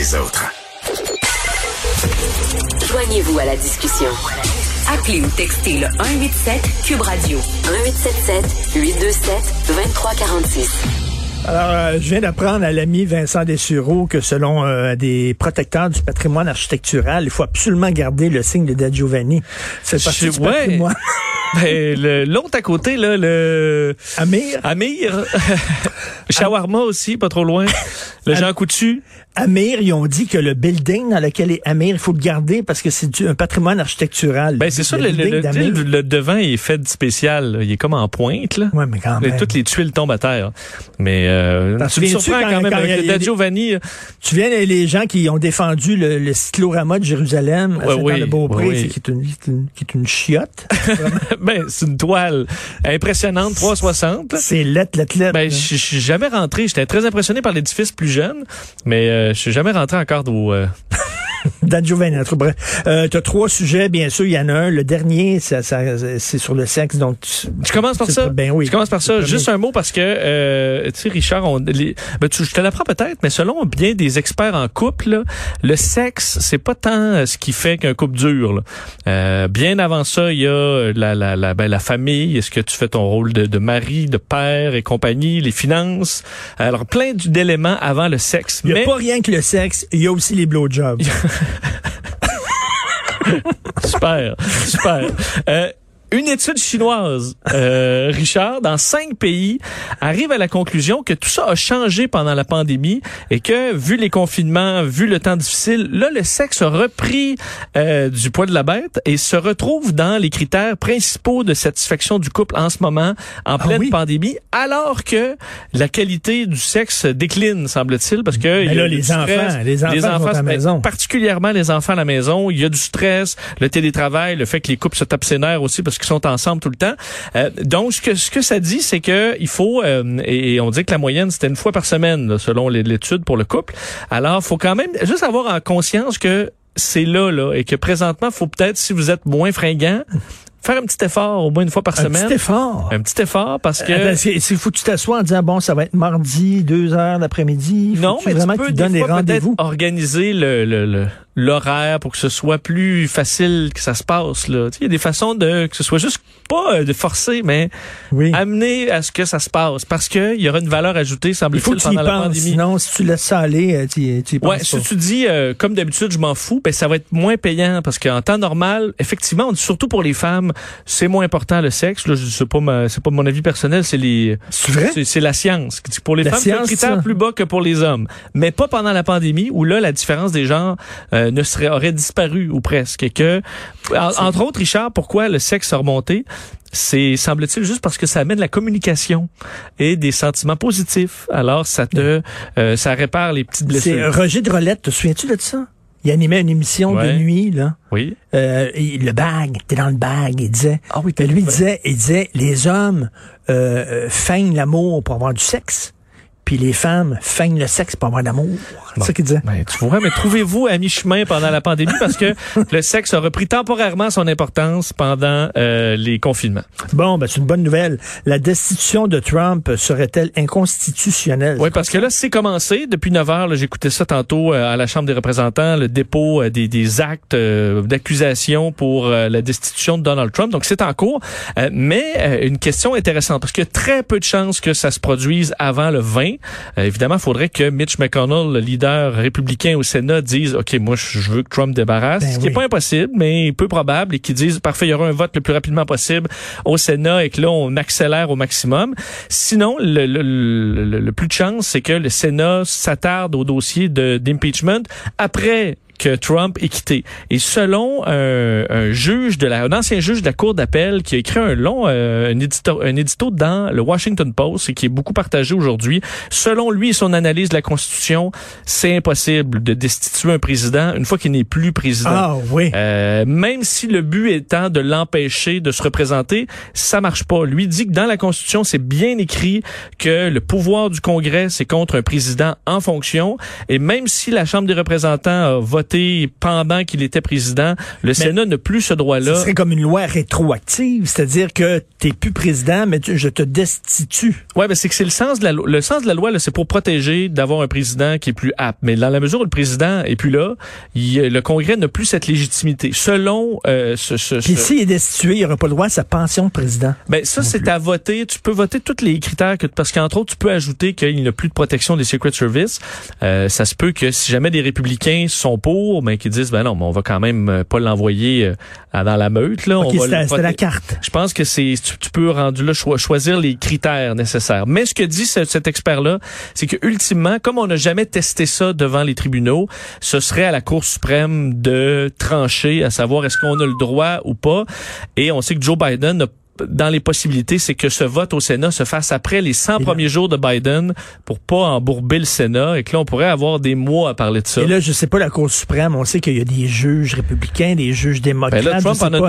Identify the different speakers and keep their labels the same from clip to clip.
Speaker 1: des autres.
Speaker 2: Joignez-vous à la discussion. Appelez ou textez le 187 Cube Radio 1877 827 2346.
Speaker 3: Alors, je viens d'apprendre à l'ami Vincent Dessureau que selon des protecteurs du patrimoine architectural, il faut absolument garder le signe de Da Giovanni. C'est partie du patrimoine.
Speaker 4: Ben, l'autre à côté, là, le...
Speaker 3: Amir.
Speaker 4: Shawarma aussi, pas trop loin. Le Jean Coutu.
Speaker 3: Amir, ils ont dit que le building dans lequel est Amir, il faut le garder parce que c'est un patrimoine architectural.
Speaker 4: Ben, c'est ça, le devant, il est fait de spécial, là. Il est comme en pointe, là.
Speaker 3: Ouais, mais quand même.
Speaker 4: Toutes les tuiles tombent à terre. Mais, tu me surprends quand même avec le Da Giovanni.
Speaker 3: Tu viens les gens qui ont défendu le cyclorama de Jérusalem, à Saint-Anne-de-Beaupré, qui est une chiotte.
Speaker 4: Ben, c'est une toile impressionnante, 360.
Speaker 3: C'est lettre.
Speaker 4: Ben, je suis jamais rentré. J'étais très impressionné par l'édifice plus jeune, mais je suis jamais rentré encore au...
Speaker 3: Da Giovanni, bref. T'as 3 sujets, bien sûr. Il y en a un. Le dernier, c'est sur le sexe. Donc,
Speaker 4: tu commences par ça?
Speaker 3: Ben oui.
Speaker 4: Tu commences par ça. Juste un mot parce que, tu sais, Richard, je te l'apprends peut-être, mais selon bien des experts en couple, là, le sexe, c'est pas tant ce qui fait qu'un couple dure, là. Bien avant ça, il y a la famille. Est-ce que tu fais ton rôle de mari, de père et compagnie, les finances. Alors, plein d'éléments avant le sexe.
Speaker 3: Il y a pas rien que le sexe. Il y a aussi les blowjobs.
Speaker 4: Super. Une étude chinoise, Richard, dans 5 pays, arrive à la conclusion que tout ça a changé pendant la pandémie et que, vu les confinements, vu le temps difficile, là, le sexe a repris du poids de la bête et se retrouve dans les critères principaux de satisfaction du couple en ce moment, en pleine pandémie, alors que la qualité du sexe décline, semble-t-il, parce que
Speaker 3: mais là, les enfants à la maison.
Speaker 4: Particulièrement les enfants à la maison, il y a du stress, le télétravail, le fait que les couples se tapent ses nerfs aussi parce qu'ils sont ensemble tout le temps. Donc, ce que ça dit, c'est que il faut, et on dit que la moyenne, c'était 1 fois par semaine, là, selon l'étude pour le couple. Alors, faut quand même juste avoir en conscience que c'est là, et que présentement, faut peut-être, si vous êtes moins fringant, faire un petit effort, au moins 1 fois par semaine. Un petit effort, parce que...
Speaker 3: Il faut que tu t'assoies en disant, bon, ça va être mardi, 2h l'après-midi.
Speaker 4: Non, mais
Speaker 3: vraiment
Speaker 4: tu peux
Speaker 3: tu donnes des rendez-vous.
Speaker 4: Organiser l'horaire pour que ce soit plus facile que ça se passe, là. Tu sais, il y a des façons que ce soit juste pas de forcer, mais amener à ce que ça se passe. Parce que il y aura une valeur ajoutée, semble-t-il, pendant la pandémie.
Speaker 3: Sinon, si tu laisses ça aller, tu y penses pas.
Speaker 4: Si tu dis, comme d'habitude, je m'en fous, ben, ça va être moins payant. Parce qu'en temps normal, effectivement, surtout pour les femmes, c'est moins important le sexe. Là, c'est pas mon avis personnel, c'est
Speaker 3: vrai?
Speaker 4: C'est la science. Pour les femmes, c'est un critère plus bas que pour les hommes. Mais pas pendant la pandémie, où là, la différence des genres aurait disparu ou presque. Et que, entre autres, Richard, pourquoi le sexe a remonté? C'est, semble-t-il, juste parce que ça amène la communication et des sentiments positifs. Alors, ça répare les petites blessures.
Speaker 3: C'est Roger Drolet, te souviens-tu de ça? Il animait une émission de nuit, là.
Speaker 4: Oui.
Speaker 3: Le bag, t'es dans le bag, il disait. Ah oui, lui, il disait, les hommes feignent l'amour pour avoir du sexe. Puis les femmes feignent le sexe pour avoir d'amour. C'est ça qu'il disait.
Speaker 4: Ben, tu vois, mais trouvez-vous à mi-chemin pendant la pandémie parce que le sexe a repris temporairement son importance pendant les confinements.
Speaker 3: Bon, ben c'est une bonne nouvelle. La destitution de Trump serait-elle inconstitutionnelle?
Speaker 4: Oui, parce que là, c'est commencé. Depuis 9 heures, là, j'écoutais ça tantôt à la Chambre des représentants, le dépôt des actes d'accusation pour la destitution de Donald Trump. Donc, c'est en cours. Mais une question intéressante, parce qu'il y a très peu de chances que ça se produise avant le 20. Évidemment, il faudrait que Mitch McConnell, le leader républicain au Sénat, dise « OK, moi, je veux que Trump débarrasse », ce qui n'est pas impossible, mais peu probable, et qu'ils disent « Parfait, il y aura un vote le plus rapidement possible au Sénat et que là, on accélère au maximum ». Sinon, le plus de chance, c'est que le Sénat s'attarde au dossier d'impeachment après que Trump est quitté. Et selon un ancien juge de la Cour d'appel qui a écrit un édito dans le Washington Post et qui est beaucoup partagé aujourd'hui, selon lui et son analyse de la Constitution, c'est impossible de destituer un président une fois qu'il n'est plus président.
Speaker 3: Ah oui.
Speaker 4: Même si le but étant de l'empêcher de se représenter, ça marche pas. Lui dit que dans la Constitution, c'est bien écrit que le pouvoir du Congrès, c'est contre un président en fonction. Et même si la Chambre des représentants a voté voté pendant qu'il était président. Le Sénat n'a plus ce droit-là.
Speaker 3: Ce serait comme une loi rétroactive, c'est-à-dire que t'es plus président, mais je te destitue.
Speaker 4: Ouais, ben c'est que c'est le sens de la loi. Le sens de la loi, là, c'est pour protéger d'avoir un président qui est plus apte. Mais dans la mesure où le président est plus là, le Congrès n'a plus cette légitimité. Selon
Speaker 3: Puis s'il est destitué, il n'aura pas le droit à sa pension de président.
Speaker 4: Ben ça, c'est à voter. Tu peux voter tous les critères parce qu'entre autres, tu peux ajouter qu'il n'y a plus de protection des Secret Service. Ça se peut que si jamais des républicains sont pour, ben qu'ils disent ben non, mais on va quand même pas l'envoyer dans la meute là.
Speaker 3: Okay, c'était la carte.
Speaker 4: Je pense que tu peux rendu là choisir les critères nécessaires. Mais ce que dit cet expert-là, c'est que ultimement, comme on n'a jamais testé ça devant les tribunaux, ce serait à la Cour suprême de trancher, à savoir est-ce qu'on a le droit ou pas. Et on sait que Joe Biden dans les possibilités, c'est que ce vote au Sénat se fasse après les 100 premiers jours de Biden pour pas embourber le Sénat et que là, on pourrait avoir des mois à parler de ça.
Speaker 3: Et là, je sais pas, la Cour suprême, on sait qu'il y a des juges républicains, des juges démocrates.
Speaker 4: Ben là, Trump en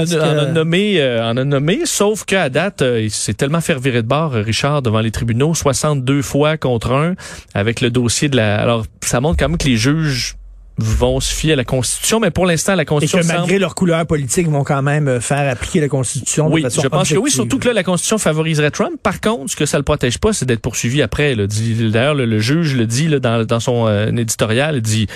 Speaker 4: a nommé, sauf qu'à date, il s'est tellement fait revirer de bord, Richard, devant les tribunaux, 62 fois contre 1, avec le dossier de la... Alors, ça montre quand même que les juges vont se fier à la Constitution, mais pour l'instant, la Constitution...
Speaker 3: Et que malgré leur couleur politique, vont quand même faire appliquer la Constitution de façon
Speaker 4: je pense
Speaker 3: objective.
Speaker 4: que oui, surtout que là, la Constitution favoriserait Trump. Par contre, ce que ça le protège pas, c'est d'être poursuivi après. Là. D'ailleurs, le juge le dit là, dans son éditorial, il dit...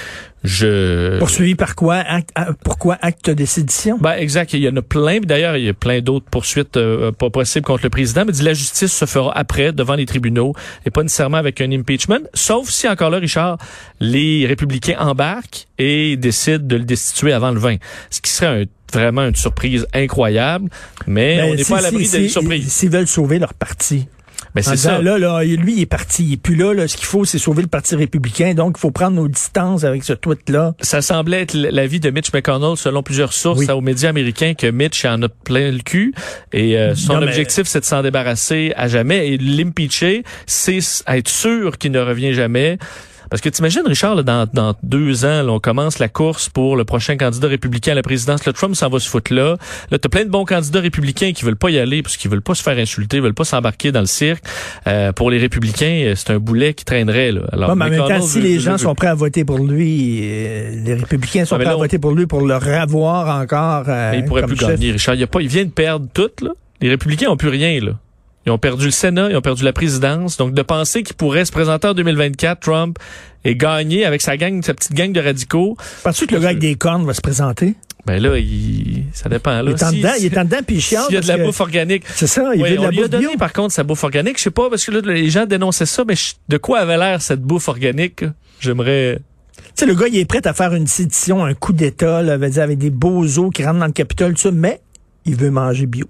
Speaker 3: Poursuivi par quoi? Pourquoi acte de sédition?
Speaker 4: Ben, exact. Il y en a plein. D'ailleurs, il y a plein d'autres poursuites pas possibles contre le président. Mais dit la justice se fera après, devant les tribunaux, et pas nécessairement avec un impeachment. Sauf si, encore là, Richard, les républicains embarquent et décident de le destituer avant le 20. Ce qui serait vraiment une surprise incroyable. Mais on n'est pas à l'abri de surprise.
Speaker 3: S'ils veulent sauver leur parti.
Speaker 4: Ben c'est ça.
Speaker 3: Là, lui, il est parti. Il est plus là. Ce qu'il faut, c'est sauver le Parti républicain. Donc, il faut prendre nos distances avec ce tweet-là.
Speaker 4: Ça semblait être l'avis de Mitch McConnell, selon plusieurs sources aux médias américains, que Mitch en a plein le cul. Et son objectif, c'est de s'en débarrasser à jamais. Et l'impeacher, c'est être sûr qu'il ne revient jamais. Parce que t'imagines, Richard, là, dans 2 ans, là, on commence la course pour le prochain candidat républicain à la présidence. Le Trump s'en va se foutre là. Là, t'as plein de bons candidats républicains qui veulent pas y aller parce qu'ils veulent pas se faire insulter, veulent pas s'embarquer dans le cirque. Pour les républicains, c'est un boulet qui traînerait. Là. Alors,
Speaker 3: mais en même temps, si les gens sont prêts à voter pour lui, les républicains sont prêts à voter pour lui pour le revoir encore
Speaker 4: mais il pourrait plus gagner, Richard. Il vient de perdre tout. Là. Les républicains ont plus rien, là. Ils ont perdu le Sénat, ils ont perdu la présidence. Donc, de penser qu'il pourrait se présenter en 2024, Trump, et gagner avec sa petite gang de radicaux.
Speaker 3: Penses-tu que le gars avec des cornes va se présenter?
Speaker 4: Ben là, ça dépend. Là.
Speaker 3: Il est en dedans, puis il chiale.
Speaker 4: S'il y a de la bouffe organique.
Speaker 3: C'est ça, il veut de la bouffe bio. On lui a donné,
Speaker 4: par contre, sa bouffe organique. Je sais pas, parce que là, les gens dénonçaient ça, mais de quoi avait l'air cette bouffe organique? J'aimerais...
Speaker 3: Tu sais, le gars, il est prêt à faire une sédition, un coup d'État, là, avec des beaux os qui rentrent dans le Capitole, tout ça, mais il veut manger bio.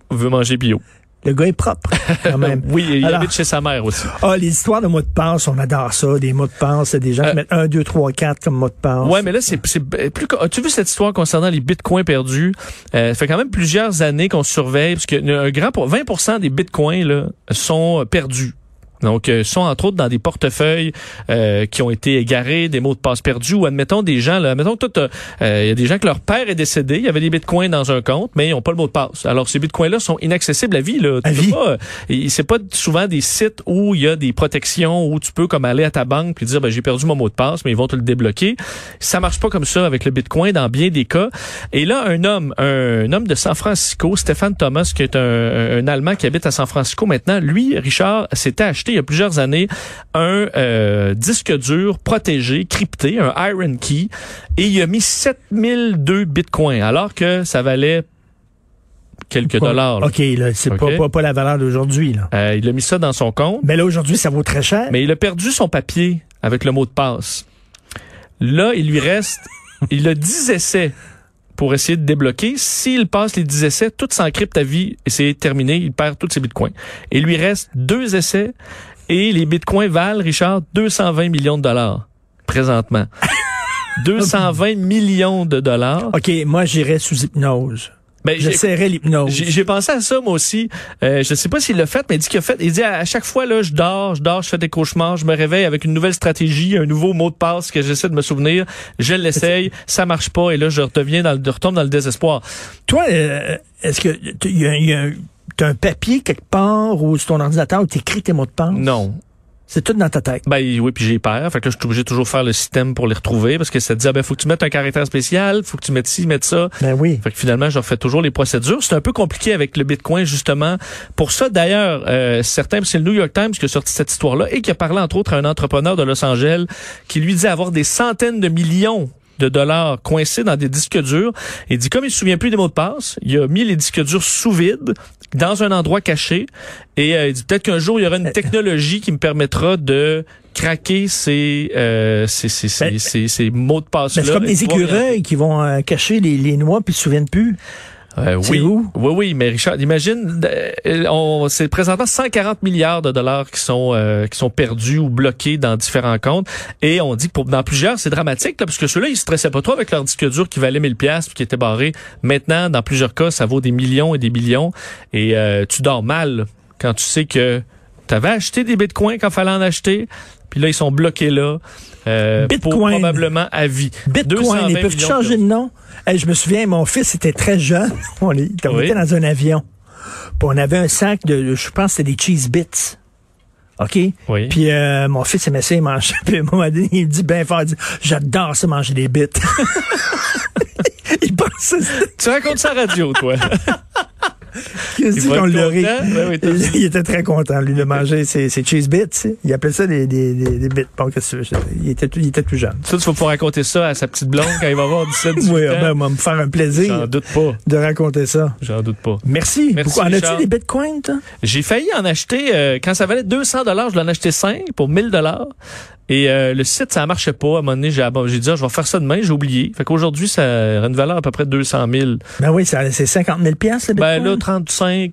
Speaker 3: Le gars est propre, quand même.
Speaker 4: Oui, il habite chez sa mère aussi.
Speaker 3: Les histoires de mots de passe, on adore ça. Des mots de passe, c'est des gens qui mettent 1, 2, 3, 4 comme mot de passe.
Speaker 4: Ouais, mais là, c'est plus... As-tu vu cette histoire concernant les bitcoins perdus? Ça fait quand même plusieurs années qu'on surveille, parce que 20% des bitcoins, là, sont perdus. Donc, sont entre autres dans des portefeuilles qui ont été égarés, des mots de passe perdus, ou admettons des gens, là, admettons que y a des gens que leur père est décédé, il y avait des bitcoins dans un compte, mais ils n'ont pas le mot de passe. Alors, ces bitcoins-là sont inaccessibles à vie. Là. C'est pas souvent des sites où il y a des protections, où tu peux comme aller à ta banque puis dire j'ai perdu mon mot de passe, mais ils vont te le débloquer. Ça marche pas comme ça avec le bitcoin dans bien des cas. Et là, un homme de San Francisco, Stephen Thomas, qui est un Allemand qui habite à San Francisco maintenant, lui, Richard, s'était acheté il y a plusieurs années un disque dur protégé, crypté, un Iron Key, et il a mis 7002 bitcoins, alors que ça valait quelques dollars. Là.
Speaker 3: OK, là, c'est pas la valeur d'aujourd'hui. Là.
Speaker 4: Il a mis ça dans son compte.
Speaker 3: Mais là, aujourd'hui, ça vaut très cher.
Speaker 4: Mais il a perdu son papier avec le mot de passe. Là, il lui reste... il a 10 essais pour essayer de débloquer. S'il passe les 10 essais, tout s'encrypte à vie et c'est terminé. Il perd tous ses bitcoins. Et il lui reste 2 essais et les bitcoins valent, Richard, 220 millions de dollars présentement. 220 millions de dollars.
Speaker 3: OK, moi, j'irais sous hypnose. J'essaierais l'hypnose.
Speaker 4: J'ai pensé à ça, moi aussi. Je sais pas s'il l'a fait, mais il dit qu'il a fait. Il dit à chaque fois, là, je dors, je fais des cauchemars, je me réveille avec une nouvelle stratégie, un nouveau mot de passe que j'essaie de me souvenir. Je l'essaye, ça marche pas, et là, je retombe dans le désespoir.
Speaker 3: Toi, est-ce que t'as un papier quelque part ou sur ton ordinateur où t'écris tes mots de passe?
Speaker 4: Non.
Speaker 3: C'est tout dans ta tête.
Speaker 4: Ben oui, puis j'ai peur. Fait que là, je suis obligé de toujours faire le système pour les retrouver parce que ça te dit, faut que tu mettes un caractère spécial, faut que tu mettes ci, mettes ça.
Speaker 3: Ben oui.
Speaker 4: Fait que finalement, je refais toujours les procédures. C'est un peu compliqué avec le Bitcoin, justement. Pour ça, d'ailleurs, c'est le New York Times qui a sorti cette histoire-là et qui a parlé, entre autres, à un entrepreneur de Los Angeles qui lui disait avoir des centaines de millions de dollars coincés dans des disques durs. Il dit, comme il se souvient plus des mots de passe, il a mis les disques durs sous vide, dans un endroit caché, et il dit, peut-être qu'un jour, il y aura une technologie qui me permettra de craquer ces mots de passe-là.
Speaker 3: C'est comme les écureuils qui vont cacher les noix puis ils se souviennent plus.
Speaker 4: Oui, mais Richard, imagine, c'est présentement 140 milliards de dollars qui sont perdus ou bloqués dans différents comptes. Et on dit que dans plusieurs, c'est dramatique, là, parce que ceux-là, ils se stressaient pas trop avec leur disque dur qui valait 1000$ puis qui était barré. Maintenant, dans plusieurs cas, ça vaut des millions et des millions. Et tu dors mal quand tu sais que t'avais acheté des bitcoins quand fallait en acheter. Puis là, ils sont bloqués là. Pour probablement à vie.
Speaker 3: Bitcoin, ils peuvent changer de nom. Je me souviens, mon fils était très jeune. On était dans un avion. Puis on avait un sac je pense que c'était des cheese bits. OK?
Speaker 4: Oui.
Speaker 3: Puis mon fils aimait ça, il mangeait. Puis à un moment donné, il me dit bien fort, j'adore ça manger des bits. Il pensait...
Speaker 4: Tu racontes ça à la radio, toi.
Speaker 3: Il était très content, lui, de manger ses cheese bits. Il appelait ça des bits. Bon, qu'est-ce que tu veux? Il était plus jeune.
Speaker 4: Ça, tu vas pouvoir raconter ça à sa petite blonde quand il va avoir 17-18 ans.
Speaker 3: Oui, ben, va me faire un plaisir.
Speaker 4: J'en doute pas.
Speaker 3: De raconter ça.
Speaker 4: J'en doute pas.
Speaker 3: Merci. Pourquoi? En as-tu des bitcoins, toi?
Speaker 4: J'ai failli en acheter, quand ça valait 200$, je l'en achetais 5 pour 1000$. Et le site, ça marchait pas. À un moment donné, j'ai dit, je vais faire ça demain, j'ai oublié. Fait qu'aujourd'hui, ça a une valeur à peu près de 200 000.
Speaker 3: Ben oui, c'est 50 000$, le bitcoin.
Speaker 4: Ben là, 35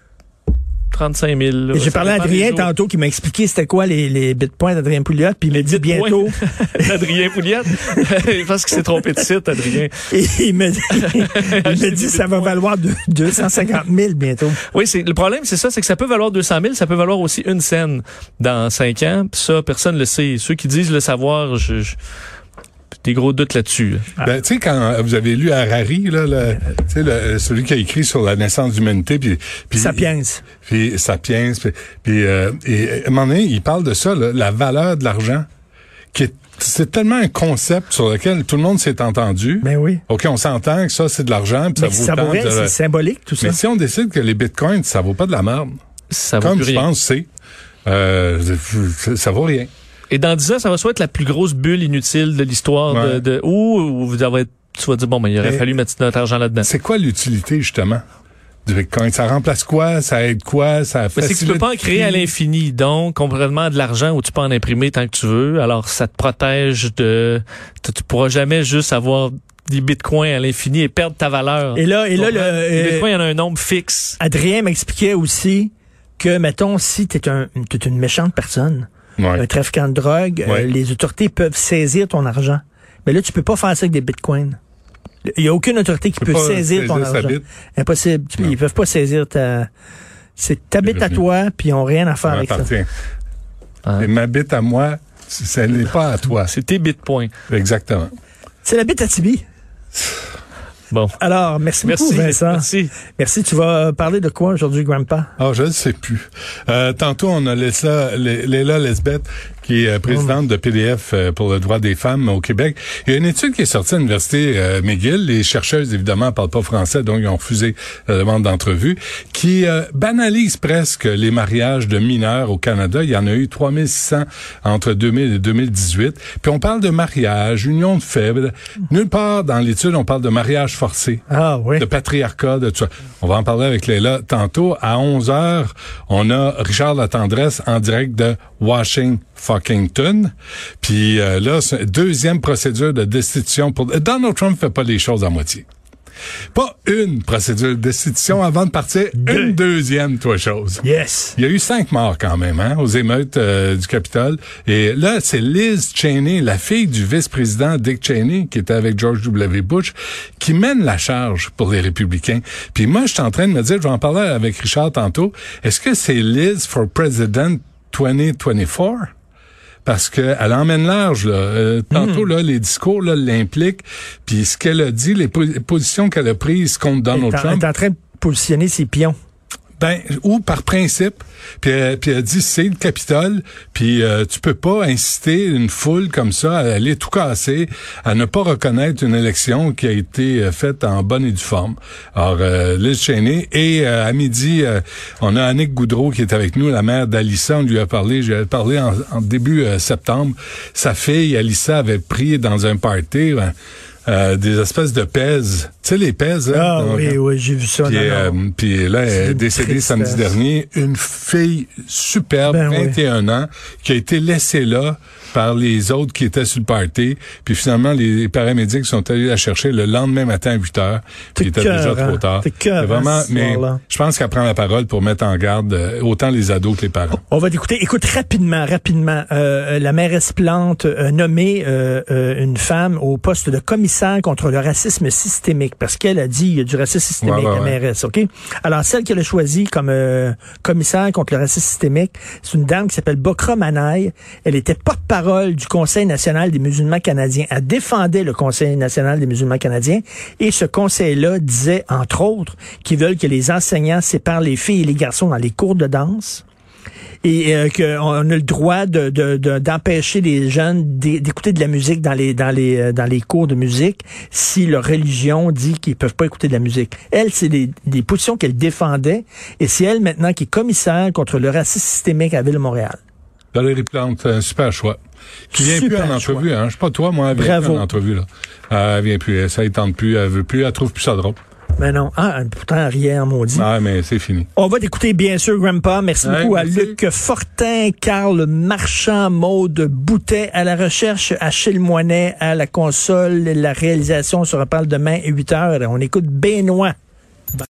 Speaker 4: 000.
Speaker 3: J'ai parlé à Adrien tantôt qui m'a expliqué c'était quoi les bitcoins d'Adrien Pouliot, puis il m'a dit bientôt.
Speaker 4: Adrien Pouliot? Je pense qu'il s'est trompé de site, Adrien.
Speaker 3: Et il m'a dit ça va valoir 250 000 bientôt.
Speaker 4: Oui, le problème, c'est ça, c'est que ça peut valoir 200 000, ça peut valoir aussi une scène dans 5 ans. Puis ça, personne le sait. Ceux qui disent le savoir, des gros doutes là-dessus.
Speaker 1: Ben, tu sais, quand vous avez lu Harari, là, celui qui a écrit sur la naissance de l'humanité, puis
Speaker 3: Sapiens.
Speaker 1: Puis Sapiens, et à un moment donné, il parle de ça, là, la valeur de l'argent, c'est tellement un concept sur lequel tout le monde s'est entendu.
Speaker 3: Ben oui.
Speaker 1: OK, on s'entend que ça, c'est de l'argent, puis ça vaut tant.
Speaker 3: C'est symbolique, tout ça.
Speaker 1: Mais si on décide que les bitcoins, ça vaut pas de la merde,
Speaker 4: ça vaut
Speaker 1: comme
Speaker 4: plus
Speaker 1: je
Speaker 4: rien.
Speaker 1: pense, ça vaut rien.
Speaker 4: Et dans 10 ans, ça va soit être la plus grosse bulle inutile de l'histoire où tu vas dire, bon, mais il aurait fallu mettre notre argent là-dedans.
Speaker 1: C'est quoi l'utilité, justement, du Bitcoin? Ça remplace quoi? Ça aide quoi? Ça facilite...
Speaker 4: C'est que tu peux pas en créer à l'infini. Donc, complètement de l'argent où tu peux en imprimer tant que tu veux. Alors, ça te protège tu pourras jamais juste avoir des bitcoins à l'infini et perdre ta valeur.
Speaker 3: Et là,
Speaker 4: le bitcoin, il y en a un nombre fixe.
Speaker 3: Adrien m'expliquait aussi que, mettons, si t'es une méchante personne, un trafiquant de drogue, les autorités peuvent saisir ton argent. Mais là, tu peux pas faire ça avec des bitcoins. Il y a aucune autorité qui peut saisir ton argent. Impossible. Ils peuvent pas saisir ta bite à toi, puis ils ont rien à faire avec ça.
Speaker 1: Et ma bite à moi, ça n'est pas à toi.
Speaker 4: C'est tes bitcoins.
Speaker 1: Exactement.
Speaker 3: C'est la bite à Tibi.
Speaker 4: Bon.
Speaker 3: Alors, merci beaucoup, Vincent. Merci. Tu vas parler de quoi aujourd'hui, Grandpa?
Speaker 1: Je ne sais plus. Tantôt, on a Léla Lesbeth, qui est présidente de PDF pour le droit des femmes au Québec. Il y a une étude qui est sortie à l'Université McGill. Les chercheuses, évidemment, parlent pas français, donc ils ont refusé la demande d'entrevue, qui banalise presque les mariages de mineurs au Canada. Il y en a eu 3600 entre 2000 et 2018. Puis on parle de mariage, union de fait. Nulle part dans l'étude, on parle de mariage forcé.
Speaker 3: Ah oui.
Speaker 1: De patriarcat, de tout ça. On va en parler avec Léla tantôt. À 11h, on a Richard Latendresse en direct de Washington. Puis là, c'est deuxième procédure de destitution pour... Donald Trump fait pas les choses à moitié. Pas une procédure de destitution avant de partir, une deuxième, chose.
Speaker 3: Yes.
Speaker 1: Il y a eu 5 morts quand même, aux émeutes du Capitole. Et là, c'est Liz Cheney, la fille du vice-président Dick Cheney, qui était avec George W. Bush, qui mène la charge pour les républicains. Puis moi, je suis en train de me dire, je vais en parler avec Richard tantôt, est-ce que c'est Liz for President 2024? Parce que elle emmène large, là. Tantôt, là, les discours, là, l'impliquent. Puis ce qu'elle a dit, les positions qu'elle a prises contre Donald Trump.
Speaker 3: Elle est en train de positionner ses pions.
Speaker 1: ou par principe, puis elle dit c'est le Capitole, puis tu peux pas inciter une foule comme ça à aller tout casser, à ne pas reconnaître une élection qui a été faite en bonne et due forme. Alors, Liz Cheney, et à midi, on a Annick Goudreau qui est avec nous, la mère d'Alyssa, on lui a parlé, j'ai parlé en début septembre, sa fille, Alyssa, avait pris dans un party, des espèces de pèses. Tu sais, les pèses, là?
Speaker 3: Ah oui, j'ai vu ça.
Speaker 1: Puis là, elle est décédée samedi dernier. Une fille superbe, 21 ans, qui a été laissée là par les autres qui étaient sur le party. Puis finalement, les paramédics sont allés la chercher le lendemain matin à 8h. Puis il était déjà trop tard.
Speaker 3: C'est vraiment,
Speaker 1: mais je pense qu'elle prend la parole pour mettre en garde autant les ados que les parents.
Speaker 3: On va t'écouter. Écoute, rapidement. La mairesse Plante a nommé une femme au poste de commissaire contre le racisme systémique, parce qu'elle a dit il y a du racisme systémique, la mairesse, OK? Alors, celle qu'elle a choisie comme commissaire contre le racisme systémique, c'est une dame qui s'appelle Bokra Manaï. Elle était porte-parole du Conseil national des musulmans canadiens. Elle défendait le Conseil national des musulmans canadiens, et ce conseil-là disait, entre autres, qu'ils veulent que les enseignants séparent les filles et les garçons dans les cours de danse, et qu'on a le droit d'empêcher les jeunes d'écouter de la musique dans les cours de musique si leur religion dit qu'ils peuvent pas écouter de la musique. Elle, c'est des positions qu'elle défendait, et c'est elle maintenant qui est commissaire contre le racisme systémique à la Ville de Montréal.
Speaker 1: Valérie Plante, un super choix. Qui vient plus en entrevue, hein. Je sais pas toi, moi, elle vient plus en entrevue, là. Elle vient plus, ça ne tente plus, elle veut plus, elle trouve plus ça drôle.
Speaker 3: Mais non. Pourtant, rien, maudit.
Speaker 1: Ah, mais c'est fini.
Speaker 3: On va t'écouter, bien sûr, Grandpa. Merci beaucoup à Luc Fortin, Carl Marchand, Maude Boutet, à la recherche, Achille Moinet, à la console, la réalisation. On se reparle demain à 8h. On écoute Benoît.